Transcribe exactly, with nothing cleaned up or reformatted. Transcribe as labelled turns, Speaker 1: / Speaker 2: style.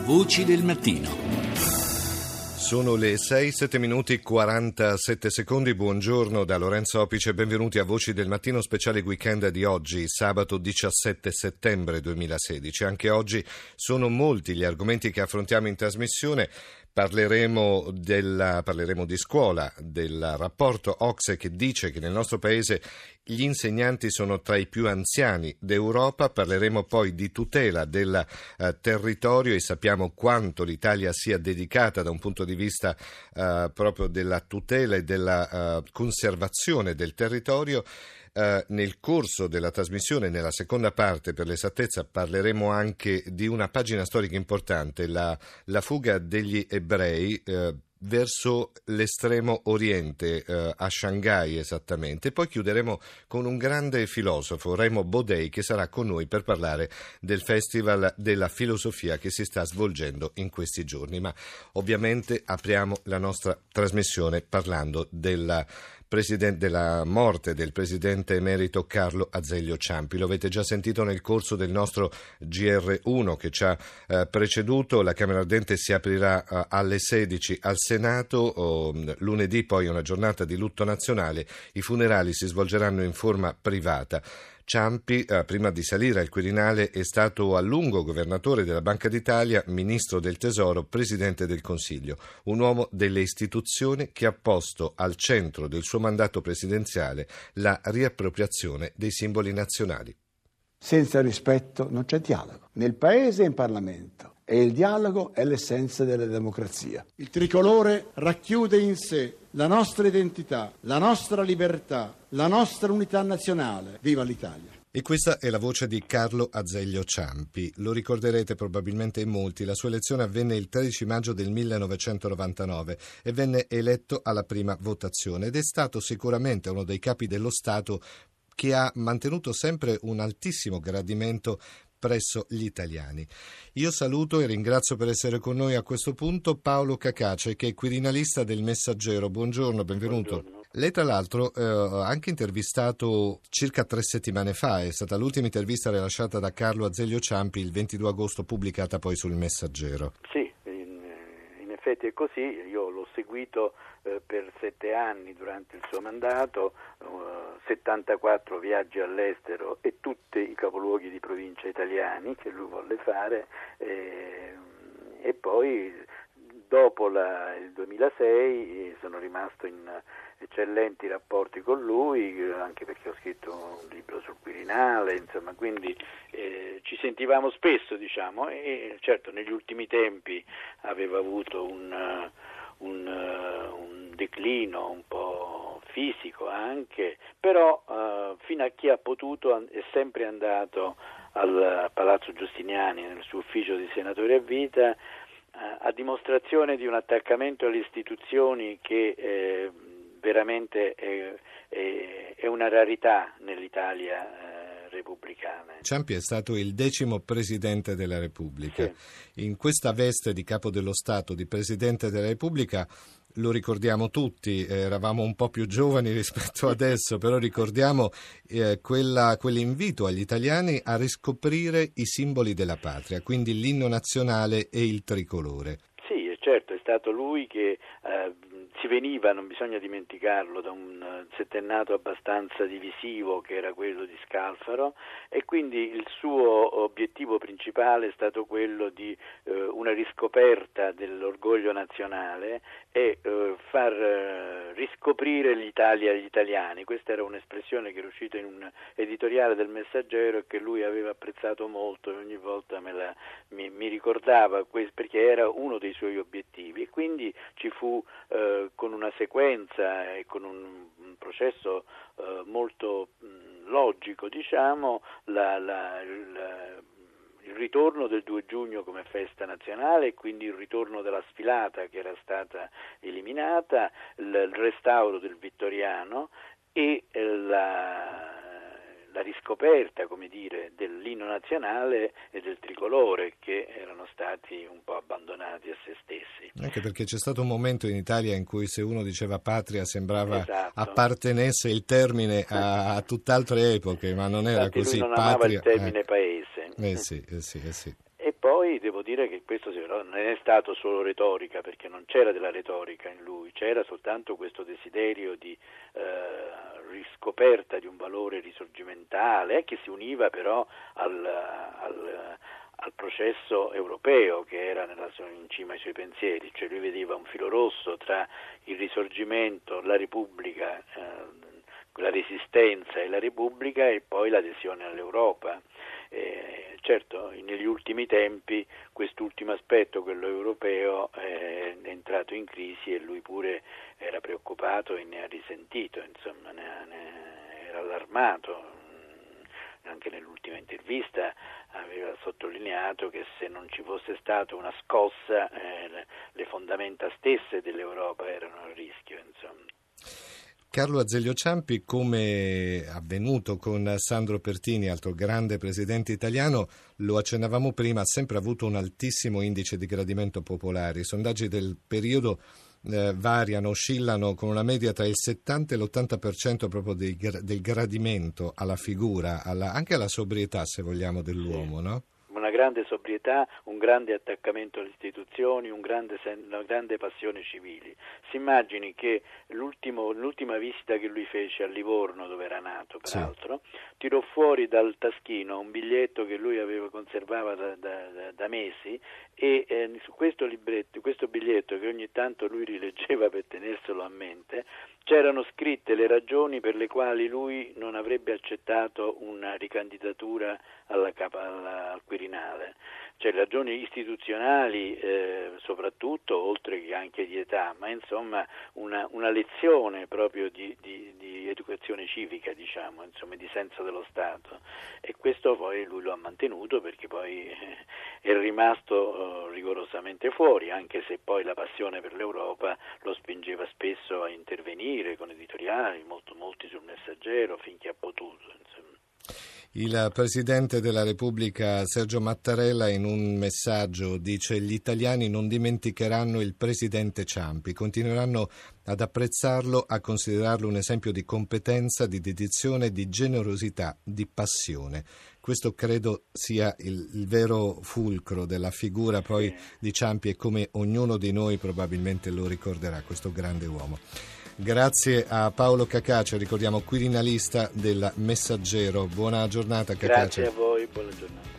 Speaker 1: Voci del mattino.
Speaker 2: Sono le sei, sette minuti, quarantasette secondi. Buongiorno da Lorenzo Opice, benvenuti a Voci del Mattino, speciale weekend di oggi, sabato diciassette settembre duemilasedici. Anche oggi sono molti gli argomenti che affrontiamo in trasmissione. Parleremo, della, parleremo di scuola, del rapporto O C S E che dice che nel nostro paese gli insegnanti sono tra i più anziani d'Europa. Parleremo poi di tutela del eh, territorio e sappiamo quanto l'Italia sia dedicata da un punto di vista eh, proprio della tutela e della eh, conservazione del territorio. Uh, nel corso della trasmissione, nella seconda parte per l'esattezza, parleremo anche di una pagina storica importante, la, la fuga degli ebrei uh, verso l'estremo oriente, uh, a Shanghai esattamente. Poi chiuderemo con un grande filosofo, Remo Bodei, che sarà con noi per parlare del Festival della Filosofia che si sta svolgendo in questi giorni. Ma ovviamente apriamo la nostra trasmissione parlando della della morte del presidente emerito Carlo Azeglio Ciampi. Lo avete già sentito nel corso del nostro G R uno che ci ha eh, preceduto. La Camera Ardente si aprirà eh, alle sedici al Senato. Oh, lunedì poi è una giornata di lutto nazionale. I funerali si svolgeranno in forma privata. Ciampi, eh, prima di salire al Quirinale, è stato a lungo governatore della Banca d'Italia, ministro del Tesoro, presidente del Consiglio, un uomo delle istituzioni che ha posto al centro del suo mandato presidenziale la riappropriazione dei simboli nazionali.
Speaker 3: Senza rispetto non c'è dialogo, nel Paese e in Parlamento. E il dialogo è l'essenza della democrazia.
Speaker 4: Il tricolore racchiude in sé la nostra identità, la nostra libertà, la nostra unità nazionale. Viva l'Italia!
Speaker 2: E questa è la voce di Carlo Azeglio Ciampi. Lo ricorderete probabilmente in molti. La sua elezione avvenne il tredici maggio del millenovecentonovantanove e venne eletto alla prima votazione ed è stato sicuramente uno dei capi dello Stato che ha mantenuto sempre un altissimo gradimento presso gli italiani. Io saluto e ringrazio per essere con noi a questo punto Paolo Cacace, che è quirinalista del Messaggero. Buongiorno, benvenuto.
Speaker 5: Buongiorno.
Speaker 2: Lei tra l'altro eh, ha anche intervistato circa tre settimane fa, è stata l'ultima intervista rilasciata da Carlo Azeglio Ciampi il ventidue agosto, pubblicata poi sul Messaggero.
Speaker 5: Sì, in, in effetti è così, io l'ho seguito eh, per sette anni durante il suo mandato, eh, settantaquattro viaggi all'estero e tutti i capoluoghi di provincia italiani che lui volle fare, eh, e poi dopo la, il duemilasei sono rimasto in eccellenti rapporti con lui, anche perché ho scritto un libro sul Quirinale, insomma, quindi eh, ci sentivamo spesso, diciamo, e certo negli ultimi tempi aveva avuto un, un, un declino un po' fisico anche, però eh, fino a chi ha potuto è sempre andato al Palazzo Giustiniani, nel suo ufficio di senatore a vita, eh, a dimostrazione di un attaccamento alle istituzioni che eh, veramente è, è, è una rarità nell'Italia eh, repubblicana.
Speaker 2: Ciampi è stato il decimo Presidente della Repubblica.
Speaker 5: Sì.
Speaker 2: In questa veste di Capo dello Stato, di Presidente della Repubblica, lo ricordiamo tutti, eh, eravamo un po' più giovani rispetto adesso, però ricordiamo eh, quella, quell'invito agli italiani a riscoprire i simboli della patria, quindi l'inno nazionale e il tricolore.
Speaker 5: Sì, certo, è stato lui che eh, si veniva, non bisogna dimenticarlo, da un settennato abbastanza divisivo che era quello di Scalfaro, e quindi il suo obiettivo principale è stato quello di eh, una riscoperta dell'orgoglio nazionale e eh, far eh, riscoprire l'Italia agli italiani. Questa era un'espressione che era uscita in un editoriale del Messaggero e che lui aveva apprezzato molto, e ogni volta me la, mi, mi ricordava questo, perché era uno dei suoi obiettivi, e quindi ci fu eh, con una sequenza e con un, un processo eh, molto mh, logico, diciamo, la, la, la, il ritorno del due giugno come festa nazionale, e quindi il ritorno della sfilata che era stata eliminata, il, il restauro del Vittoriano e la la riscoperta, come dire, dell'inno nazionale e del tricolore, che erano stati un po' abbandonati a se stessi.
Speaker 2: Anche perché c'è stato un momento in Italia in cui se uno diceva patria sembrava
Speaker 5: esatto.
Speaker 2: appartenesse il termine a, a tutt'altre epoche, ma non era
Speaker 5: Infatti
Speaker 2: così.
Speaker 5: Lui non
Speaker 2: patria,
Speaker 5: amava il termine
Speaker 2: eh.
Speaker 5: paese.
Speaker 2: Eh sì, eh sì, eh sì.
Speaker 5: E poi devo dire dire che questo non è stato solo retorica, perché non c'era della retorica in lui, c'era soltanto questo desiderio di eh, riscoperta di un valore risorgimentale eh, che si univa però al, al, al processo europeo che era nella, in cima ai suoi pensieri, cioè lui vedeva un filo rosso tra il risorgimento, la Repubblica, eh, la resistenza e la Repubblica e poi l'adesione all'Europa. Eh, certo, negli ultimi tempi quest'ultimo aspetto, quello europeo, è entrato in crisi e lui pure era preoccupato e ne ha risentito, insomma, ne, ha, ne era allarmato. Anche nell'ultima intervista aveva sottolineato che se non ci fosse stata una scossa eh, le, le fondamenta stesse dell'Europa erano a rischio, insomma.
Speaker 2: Carlo Azeglio Ciampi, come avvenuto con Sandro Pertini, altro grande presidente italiano, lo accennavamo prima, ha sempre avuto un altissimo indice di gradimento popolare. I sondaggi del periodo eh, variano, oscillano con una media tra il settanta e l'ottanta per cento proprio dei, del gradimento alla figura, alla, anche alla sobrietà, se vogliamo, dell'uomo,
Speaker 5: sì.
Speaker 2: no?
Speaker 5: Una grande sobrietà, un grande attaccamento alle istituzioni, un grande, una grande passione civile. Si immagini che l'ultimo, l'ultima visita che lui fece a Livorno, dove era nato peraltro, sì, tirò fuori dal taschino un biglietto che lui aveva conservava da, da, da mesi e eh, su questo libretto, questo biglietto che ogni tanto lui rileggeva per tenerselo a mente, c'erano scritte le ragioni per le quali lui non avrebbe accettato una ricandidatura alla capa, alla, al Quirinale, cioè ragioni istituzionali eh, soprattutto, oltre che anche di età, ma insomma una, una lezione proprio di, di, di educazione civica, diciamo, insomma, di senso dello Stato, e questo poi lui lo ha mantenuto perché poi eh, è rimasto eh, rigorosamente fuori, anche se poi la passione per l'Europa lo spingeva spesso a intervenire con editoriali, molto, molti sul Messaggero, finché ha potuto, insomma.
Speaker 2: Il Presidente della Repubblica Sergio Mattarella in un messaggio dice: gli italiani non dimenticheranno il Presidente Ciampi, continueranno ad apprezzarlo, a considerarlo un esempio di competenza, di dedizione, di generosità, di passione. Questo credo sia il, il vero fulcro della figura poi di Ciampi e come ognuno di noi probabilmente lo ricorderà, questo grande uomo. Grazie a Paolo Cacace, ricordiamo quirinalista del Messaggero. Buona giornata, Cacace.
Speaker 5: Grazie a voi, buona giornata.